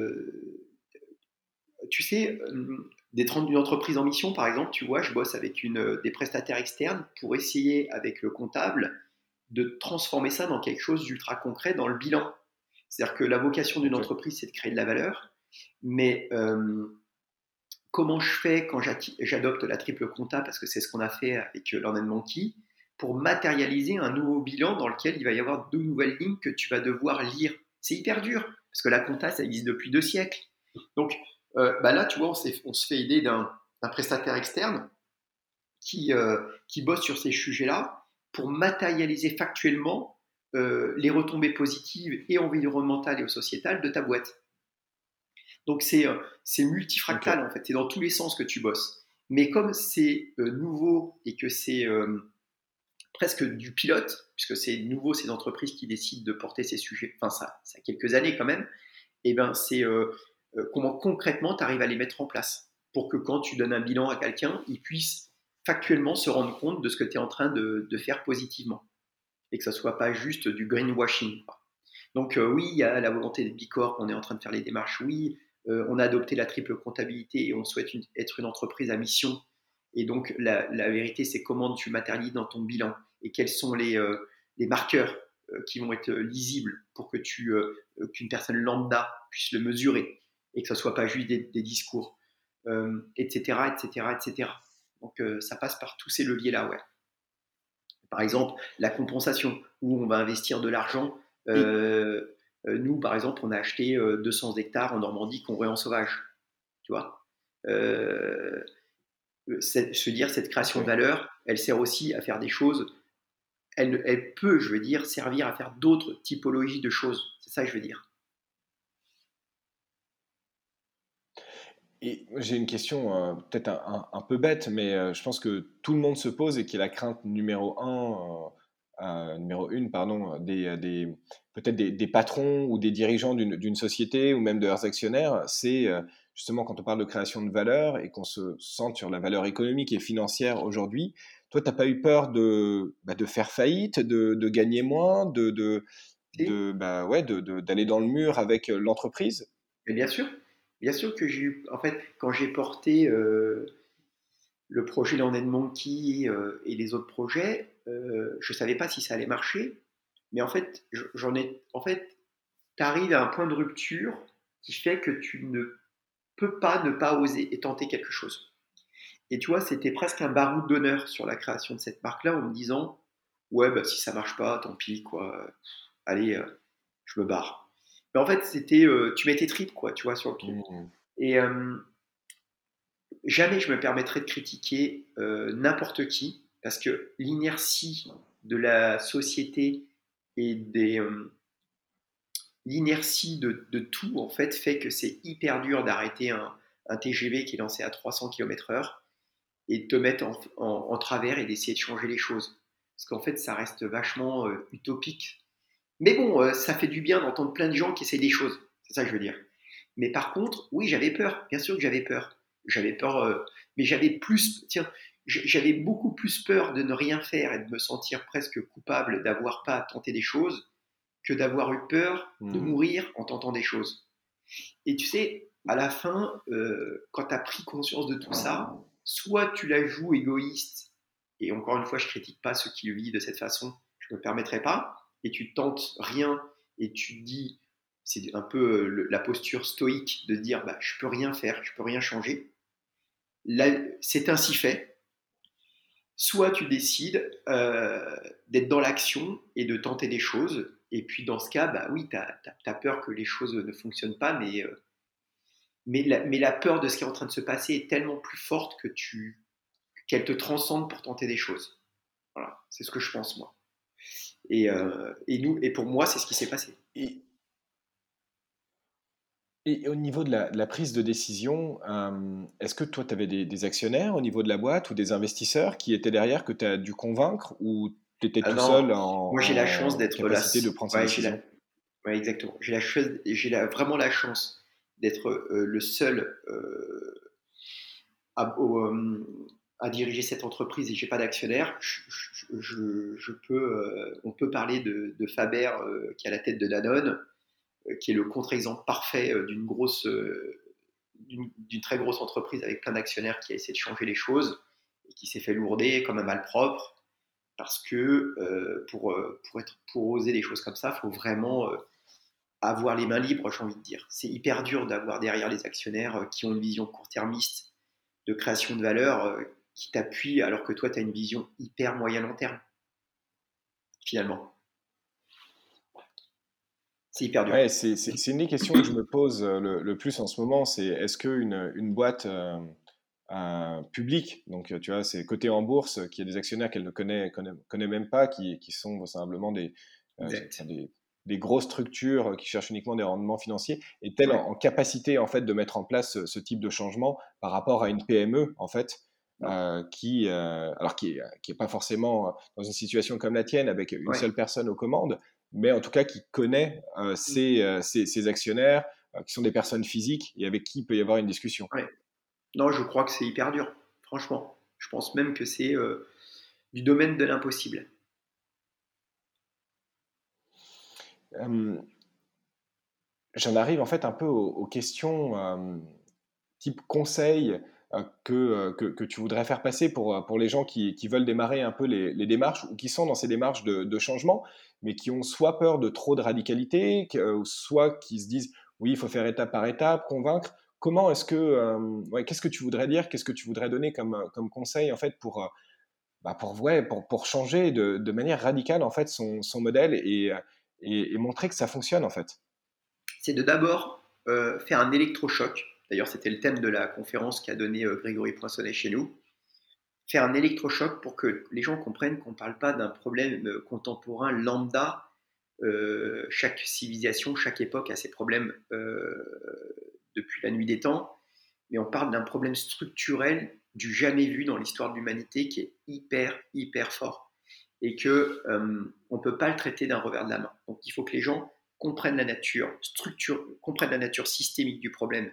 tu sais, d'être une entreprise en mission, par exemple, tu vois, je bosse avec des prestataires externes pour essayer, avec le comptable, de transformer ça dans quelque chose d'ultra concret dans le bilan. C'est-à-dire que la vocation d'une
ok,
entreprise, c'est de créer de la valeur, mais comment je fais quand j'adopte la triple compta, parce que c'est ce qu'on a fait avec Learn Monkey, pour matérialiser un nouveau bilan dans lequel il va y avoir 2 nouvelles lignes que tu vas devoir lire. C'est hyper dur, parce que la compta, ça existe depuis 2 siècles. Donc bah là, tu vois, on se fait aider d'un prestataire externe qui bosse sur ces sujets-là pour matérialiser factuellement les retombées positives et environnementales et sociétales de ta boîte. Donc c'est
ok.
multifractal en fait, c'est dans tous les sens que tu bosses. Mais comme c'est nouveau et que c'est presque du pilote, puisque c'est nouveau ces entreprises qui décident de porter ces sujets, enfin ça a quelques années quand même, et ben c'est comment concrètement tu arrives à les mettre en place pour que quand tu donnes un bilan à quelqu'un, il puisse factuellement se rendre compte de ce que tu es en train de faire positivement et que ça soit pas juste du greenwashing, quoi. Donc oui, il y a la volonté de Bicorp, on est en train de faire les démarches, oui, on a adopté la triple comptabilité et on souhaite être une entreprise à mission. Et donc la vérité, c'est comment tu matérialises dans ton bilan et quels sont les marqueurs qui vont être lisibles pour que qu'une personne lambda puisse le mesurer et que ce ne soit pas juste des discours, etc., etc., etc. Donc ça passe par tous ces leviers-là, ouais. Par exemple, la compensation, où on va investir de l'argent.
Et,
Nous, par exemple, on a acheté 200 hectares en Normandie qu'on en sauvage. Tu vois, euh, se dire cette
ok.
création de valeur, elle sert aussi à faire des choses. Elle peut, je veux dire, servir à faire d'autres typologies de choses. C'est ça que je veux dire.
Et j'ai une question peut-être un peu bête, mais je pense que tout le monde se pose et qui est la crainte numéro une, pardon, peut-être des patrons ou des dirigeants d'une société ou même de leurs actionnaires, c'est justement quand on parle de création de valeur et qu'on se centre sur la valeur économique et financière aujourd'hui. Toi, t'as pas eu peur de faire faillite, de gagner moins,
Si.
ouais, d'aller dans le mur avec l'entreprise?
Mais bien sûr que j'ai eu. En fait, quand j'ai porté le projet Learn Monkey et les autres projets, je ne savais pas si ça allait marcher. Mais en fait, en fait, tu arrives à un point de rupture qui fait que tu ne peux pas ne pas oser et tenter quelque chose. Et tu vois, c'était presque un baroud d'honneur sur la création de cette marque-là en me disant, ouais, bah, si ça marche pas, tant pis, quoi. Allez, je me barre. Mais en fait, tu mettais trip, quoi, tu vois, sur le truc.
Hmm.
Et jamais je me permettrais de critiquer n'importe qui, parce que l'inertie de la société et l'inertie de tout, en fait que c'est hyper dur d'arrêter un TGV qui est lancé à 300 km/h et de te mettre en travers et d'essayer de changer les choses. Parce qu'en fait, ça reste vachement utopique. Mais bon, ça fait du bien d'entendre plein de gens qui essaient des choses. C'est ça que je veux dire. Mais par contre, oui, j'avais peur. Bien sûr que j'avais peur. J'avais peur, mais j'avais plus, tiens, j'avais beaucoup plus peur de ne rien faire et de me sentir presque coupable d'avoir pas tenté des choses que d'avoir eu peur de
Hmm.
mourir en tentant des choses. Et tu sais, à la fin, quand tu as pris conscience de tout ça, soit tu la joues égoïste, et encore une fois, je critique pas ceux qui le vivent de cette façon, je me permettrai pas, et tu tentes rien, et tu te dis, c'est un peu la posture stoïque de dire, bah, je peux rien faire, je peux rien changer. Là, c'est ainsi fait. Soit tu décides d'être dans l'action et de tenter des choses, et puis dans ce cas, bah oui, tu as peur que les choses ne fonctionnent pas, mais la peur de ce qui est en train de se passer est tellement plus forte qu'elle te transcende pour tenter des choses. Voilà, c'est ce que je pense moi. Et pour moi, c'est ce qui s'est passé.
Et, et au niveau de la prise de décision, est-ce que toi, tu avais des actionnaires au niveau de la boîte ou des investisseurs qui étaient derrière que tu as dû convaincre ou tu étais
Ah
tout
non,
seul
moi j'ai la chance
en
d'être là.
capacité de prendre ces
Ouais,
décisions?
ouais, exactement. Vraiment la chance d'être le seul à, à diriger cette entreprise et j'ai pas d'actionnaire. On peut parler de Faber qui est à la tête de Danone, qui est le contre-exemple parfait d'une très grosse entreprise avec plein d'actionnaires qui a essayé de changer les choses et qui s'est fait lourder comme un malpropre parce que pour oser des choses comme ça, il faut vraiment avoir les mains libres, j'ai envie de dire. C'est hyper dur d'avoir derrière les actionnaires qui ont une vision court-termiste de création de valeur qui t'appuient alors que toi, tu as une vision hyper moyen-long terme, finalement. C'est hyper dur.
Ouais, c'est une des questions que je me pose le plus en ce moment, c'est est-ce qu'une boîte publique, donc tu vois, c'est coté en bourse, qui a des actionnaires qu'elle ne connaît même pas, qui sont simplement
Exact.
enfin, des grosses structures qui cherchent uniquement des rendements financiers, est-elle
Ouais.
en capacité en fait de mettre en place ce type de changement par rapport à une PME en fait,
Non.
qui est pas forcément dans une situation comme la tienne avec une
Ouais.
seule personne aux commandes, mais en tout cas qui connaît ses actionnaires, qui sont des personnes physiques et avec qui il peut y avoir une discussion.
Ouais. Non, je crois que c'est hyper dur, franchement. Je pense même que c'est du domaine de l'impossible.
Euh, J'en arrive en fait un peu aux questions type conseil que tu voudrais faire passer pour les gens qui veulent démarrer un peu les démarches ou qui sont dans ces démarches de changement, mais qui ont soit peur de trop de radicalité, soit qui se disent oui, il faut faire étape par étape, convaincre. Comment est-ce que, ouais, qu'est-ce que tu voudrais dire, qu'est-ce que tu voudrais donner comme conseil en fait pour changer de manière radicale en fait son modèle et montrer que ça fonctionne en fait.
C'est de d'abord faire un électrochoc. D'ailleurs, c'était le thème de la conférence qu'a donné Grégory Poinçonnet chez nous. Faire un électrochoc pour que les gens comprennent qu'on ne parle pas d'un problème contemporain lambda. Chaque civilisation, chaque époque a ses problèmes depuis la nuit des temps, mais on parle d'un problème structurel du jamais vu dans l'histoire de l'humanité qui est hyper, hyper fort et que on ne peut pas le traiter d'un revers de la main. Donc il faut que les gens comprennent comprennent la nature systémique du problème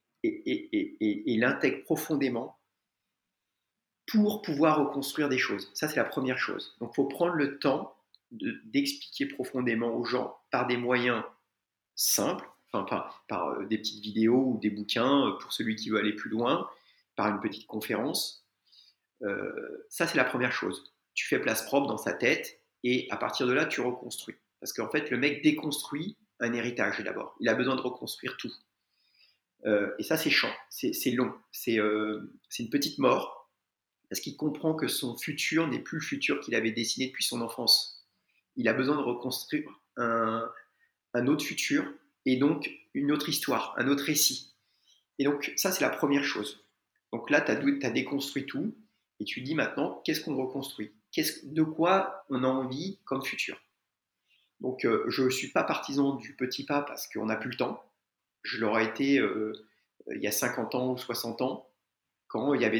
et l'intègrent profondément pour pouvoir reconstruire des choses. Ça, c'est la première chose. Donc il faut prendre le temps d'expliquer profondément aux gens par des moyens simples, enfin par des petites vidéos ou des bouquins pour celui qui veut aller plus loin, par une petite conférence. Ça, c'est la première chose. Tu fais place propre dans sa tête et à partir de là, tu reconstruis. Parce qu'en fait, le mec déconstruit un héritage d'abord. Il a besoin de reconstruire tout. Et ça, c'est chiant, c'est long, c'est une petite mort parce qu'il comprend que son futur n'est plus le futur qu'il avait dessiné depuis son enfance. Il a besoin de reconstruire un autre futur et donc une autre histoire, un autre récit. Et donc ça, c'est la première chose. Donc là, tu as déconstruit tout et tu dis maintenant, qu'est-ce qu'on reconstruit? De quoi on a envie comme futur? Donc je ne suis pas partisan du petit pas parce qu'on n'a plus le temps. Je l'aurais été il y a 50 ans ou 60 ans, quand il y avait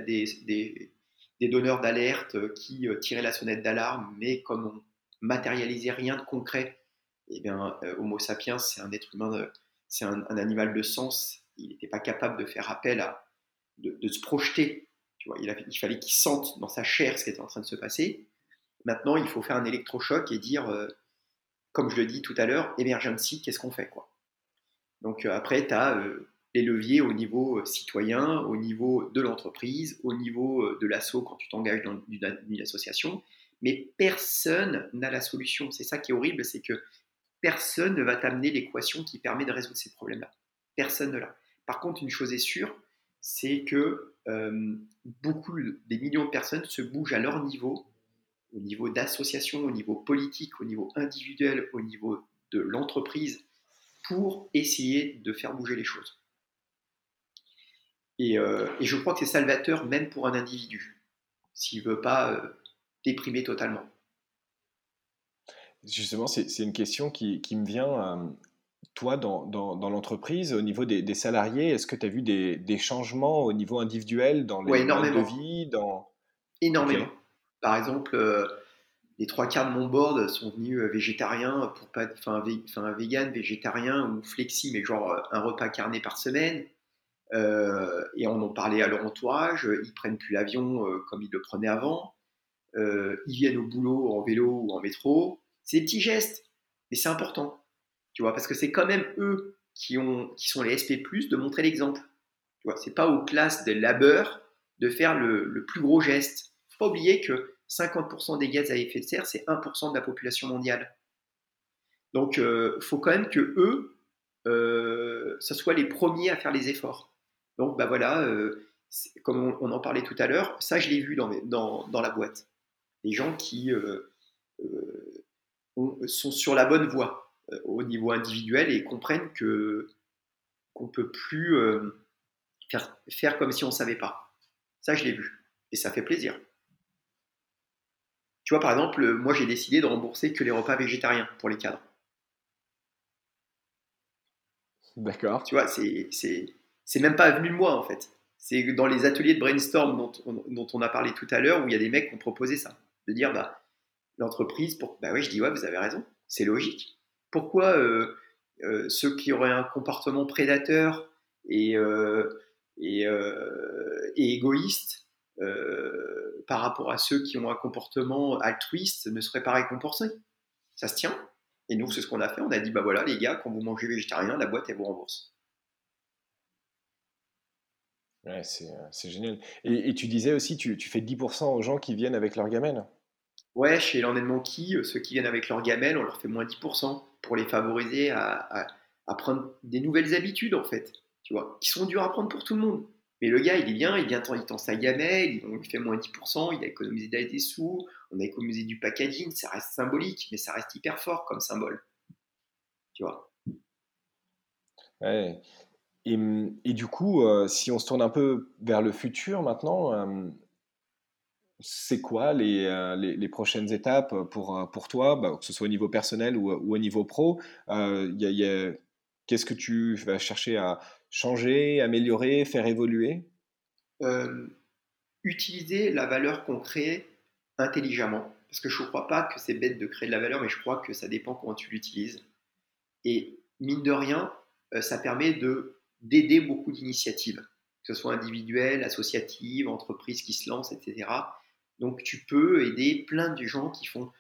des donneurs d'alerte qui tiraient la sonnette d'alarme, mais comme on matérialisait rien de concret, eh bien, Homo sapiens, c'est un être humain, c'est un animal de sens. Il n'était pas capable de faire appel de se projeter. Tu vois, il fallait qu'il sente dans sa chair ce qui était en train de se passer. Maintenant, il faut faire un électrochoc et dire, comme je le dis tout à l'heure, emergency, qu'est-ce qu'on fait, quoi. Donc après, tu as les leviers au niveau citoyen, au niveau de l'entreprise, au niveau de l'asso quand tu t'engages dans une association. mais personne n'a la solution. C'est ça qui est horrible, c'est que personne ne va t'amener l'équation qui permet de résoudre ces problèmes-là. Personne ne l'a. Par contre, une chose est sûre, c'est que des millions de personnes se bougent à leur niveau, au niveau d'association, au niveau politique, au niveau individuel, au niveau de l'entreprise, pour essayer de faire bouger les choses. Et je crois que c'est salvateur même pour un individu, s'il ne veut pas déprimer totalement.
Justement, c'est une question qui me vient. Toi, dans l'entreprise, au niveau des salariés, est-ce que tu as vu des changements au niveau individuel dans
Ouais,
les modes de
énormément.
vie, Ok,
Énormément. Par exemple, les trois quarts de mon board sont venus végétariens, vegan, végétarien ou flexi, mais genre un repas carné par semaine. Et en ont parlé à leur entourage. Ils prennent plus l'avion comme ils le prenaient avant. Ils viennent au boulot en vélo ou en métro. C'est des petits gestes, mais c'est important, tu vois, parce que c'est quand même eux qui sont les SP+, de montrer l'exemple. Tu vois, c'est pas aux classes des labeurs de faire le plus gros geste. Faut pas oublier que 50% des gaz à effet de serre, c'est 1% de la population mondiale. Donc, faut quand même que eux, ce soit les premiers à faire les efforts. Donc, bah voilà, comme on en parlait tout à l'heure, ça, je l'ai vu dans la boîte. Les gens qui sont sur la bonne voie au niveau individuel et comprennent qu'on ne peut plus faire comme si on ne savait pas. Ça, je l'ai vu. Et ça fait plaisir. Tu vois, par exemple, moi, j'ai décidé de rembourser que les repas végétariens pour les cadres.
d'accord.
Tu vois, c'est même pas venu de moi, en fait. C'est dans les ateliers de brainstorm dont on a parlé tout à l'heure, où il y a des mecs qui ont proposé ça. De dire, bah, l'entreprise, bah ouais, je dis, ouais, vous avez raison, c'est logique. Pourquoi ceux qui auraient un comportement prédateur et, euh, et égoïste par rapport à ceux qui ont un comportement altruiste ne seraient pas récompensés? Ça se tient. Et nous, c'est ce qu'on a fait. On a dit, bah voilà, les gars, quand vous mangez végétarien, la boîte, elle vous rembourse.
Ouais, c'est génial. Et tu disais aussi, tu fais 10% aux gens qui viennent avec leur gamelle.
Ouais, chez Land Monkey, ceux qui viennent avec leur gamelle, on leur fait moins 10% pour les favoriser à prendre des nouvelles habitudes, en fait, tu vois, qui sont dures à prendre pour tout le monde. Mais le gars, il est bien, il tend sa gamelle, on lui fait moins 10%, il a économisé des sous, on a économisé du packaging, ça reste symbolique, mais ça reste hyper fort comme symbole, tu vois.
Ouais. Et du coup, si on se tourne un peu vers le futur maintenant, c'est quoi les prochaines étapes pour toi, bah, que ce soit au niveau personnel ou au niveau pro? Qu'est-ce que tu vas chercher à changer, améliorer, faire évoluer?
Euh, Utiliser la valeur qu'on crée intelligemment, parce que je ne crois pas que c'est bête de créer de la valeur, mais je crois que ça dépend comment tu l'utilises. Et mine de rien, ça permet d'aider beaucoup d'initiatives, que ce soit individuelles, associatives, entreprises qui se lancent, etc. Donc tu peux aider plein de gens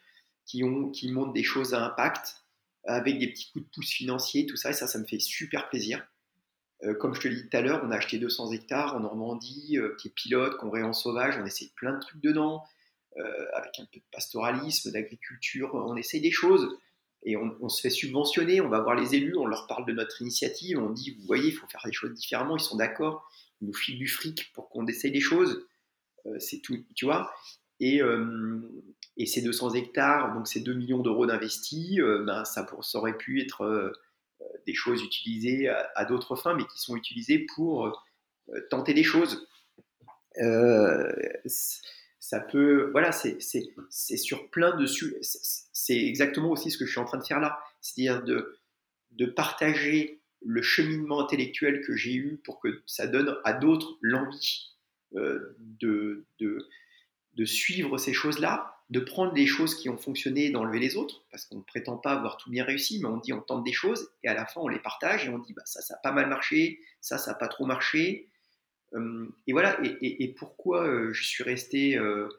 qui montent des choses à impact avec des petits coups de pouce financiers, tout ça, et ça me fait super plaisir. Comme je te l'ai dit tout à l'heure, on a acheté 200 hectares en Normandie, qui est pilote, qu'on en sauvage, on essaie plein de trucs dedans, avec un peu de pastoralisme, d'agriculture, on essaye des choses et on se fait subventionner, on va voir les élus, on leur parle de notre initiative, on dit, vous voyez, il faut faire les choses différemment, ils sont d'accord, ils nous filent du fric pour qu'on essaye des choses, c'est tout, tu vois. Et, euh, et ces 200 hectares, donc ces 2 millions d'euros d'investis, ben, ça aurait pu être des choses utilisées à d'autres fins, mais qui sont utilisées pour tenter des choses. Euh, Ça peut, voilà, c'est sur plein de sujets. C'est exactement aussi ce que je suis en train de faire là, c'est-à-dire de partager le cheminement intellectuel que j'ai eu pour que ça donne à d'autres l'envie euh, de, de, de suivre ces choses-là, de prendre les choses qui ont fonctionné et d'enlever les autres, parce qu'on ne prétend pas avoir tout bien réussi, mais on dit on tente des choses et à la fin on les partage et on dit bah, ça a pas mal marché, ça n'a pas trop marché. Et voilà, et pourquoi je suis resté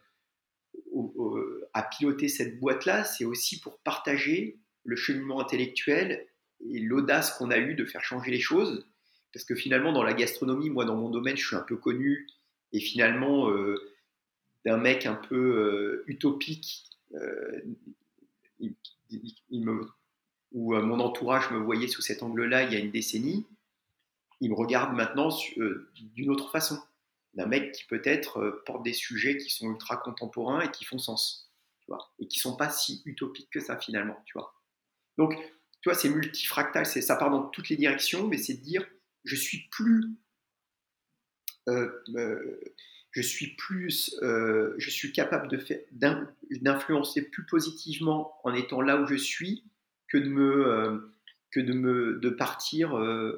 à piloter cette boîte-là, c'est aussi pour partager le cheminement intellectuel et l'audace qu'on a eu de faire changer les choses. Parce que finalement, dans la gastronomie, moi, dans mon domaine, je suis un peu connu. Et finalement, d'un mec un peu utopique euh, il- il me, où mon entourage me voyait sous cet angle-là il y a une décennie, il me regarde maintenant d'une autre façon. D'un mec qui peut-être porte des sujets qui sont ultra contemporains et qui font sens, tu vois, et qui sont pas si utopiques que ça finalement, tu vois. Donc, tu vois, c'est multifractal, ça part dans toutes les directions, mais c'est de dire, je suis plus, euh, euh, je suis capable d'influencer plus positivement en étant là où je suis que de partir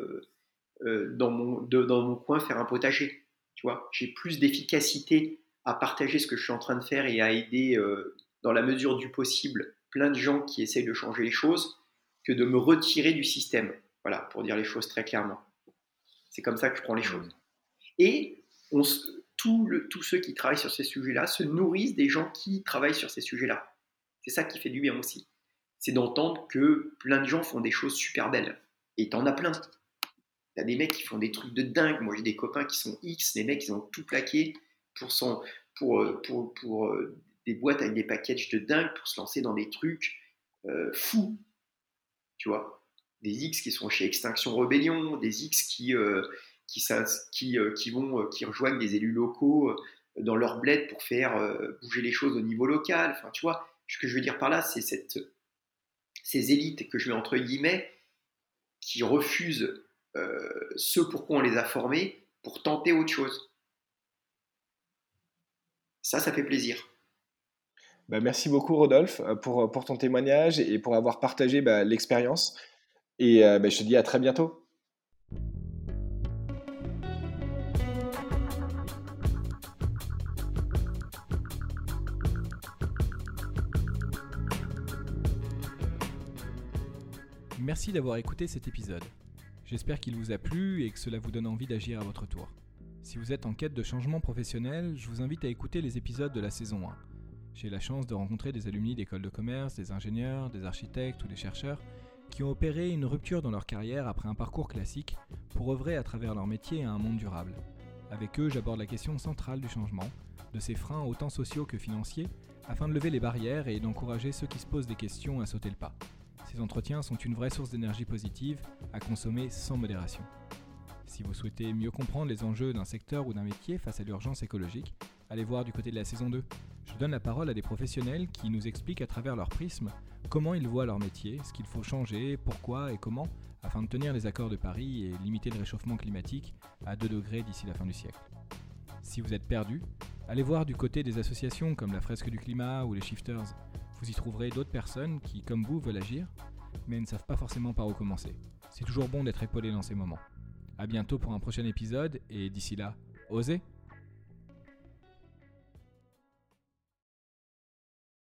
dans mon coin faire un potager. Tu vois, j'ai plus d'efficacité à partager ce que je suis en train de faire et à aider dans la mesure du possible plein de gens qui essayent de changer les choses que de me retirer du système. Voilà, pour dire les choses très clairement. C'est comme ça que je prends les choses. Et tous ceux qui travaillent sur ces sujets-là se nourrissent des gens qui travaillent sur ces sujets-là. C'est ça qui fait du bien aussi. C'est d'entendre que plein de gens font des choses super belles. Et t'en as plein. T'as des mecs qui font des trucs de dingue. Moi, j'ai des copains qui sont X. Les mecs, ils ont tout plaqué pour des boîtes avec des packages de dingue pour se lancer dans des trucs fous. Tu vois, des X qui sont chez Extinction Rebellion, des X qui rejoignent des élus locaux dans leur bled pour faire bouger les choses au niveau local. Enfin, tu vois, ce que je veux dire par là, c'est ces élites que je mets entre guillemets qui refusent ce pourquoi on les a formés pour tenter autre chose. Ça fait plaisir.
Merci beaucoup Rodolphe pour ton témoignage et pour avoir partagé l'expérience. Et je te dis à très bientôt.
Merci d'avoir écouté cet épisode. J'espère qu'il vous a plu et que cela vous donne envie d'agir à votre tour. Si vous êtes en quête de changement professionnel, je vous invite à écouter les épisodes de la saison 1. J'ai la chance de rencontrer des alumni d'écoles de commerce, des ingénieurs, des architectes ou des chercheurs qui ont opéré une rupture dans leur carrière après un parcours classique pour œuvrer à travers leur métier à un monde durable. Avec eux, j'aborde la question centrale du changement, de ses freins autant sociaux que financiers, afin de lever les barrières et d'encourager ceux qui se posent des questions à sauter le pas. Ces entretiens sont une vraie source d'énergie positive à consommer sans modération. Si vous souhaitez mieux comprendre les enjeux d'un secteur ou d'un métier face à l'urgence écologique, allez voir du côté de la saison 2. Je donne la parole à des professionnels qui nous expliquent à travers leur prisme comment ils voient leur métier, ce qu'il faut changer, pourquoi et comment, afin de tenir les accords de Paris et limiter le réchauffement climatique à 2 degrés d'ici la fin du siècle. Si vous êtes perdu, allez voir du côté des associations comme la Fresque du Climat ou les Shifters. Vous y trouverez d'autres personnes qui, comme vous, veulent agir, mais ne savent pas forcément par où commencer. C'est toujours bon d'être épaulé dans ces moments. A bientôt pour un prochain épisode, et d'ici là, osez!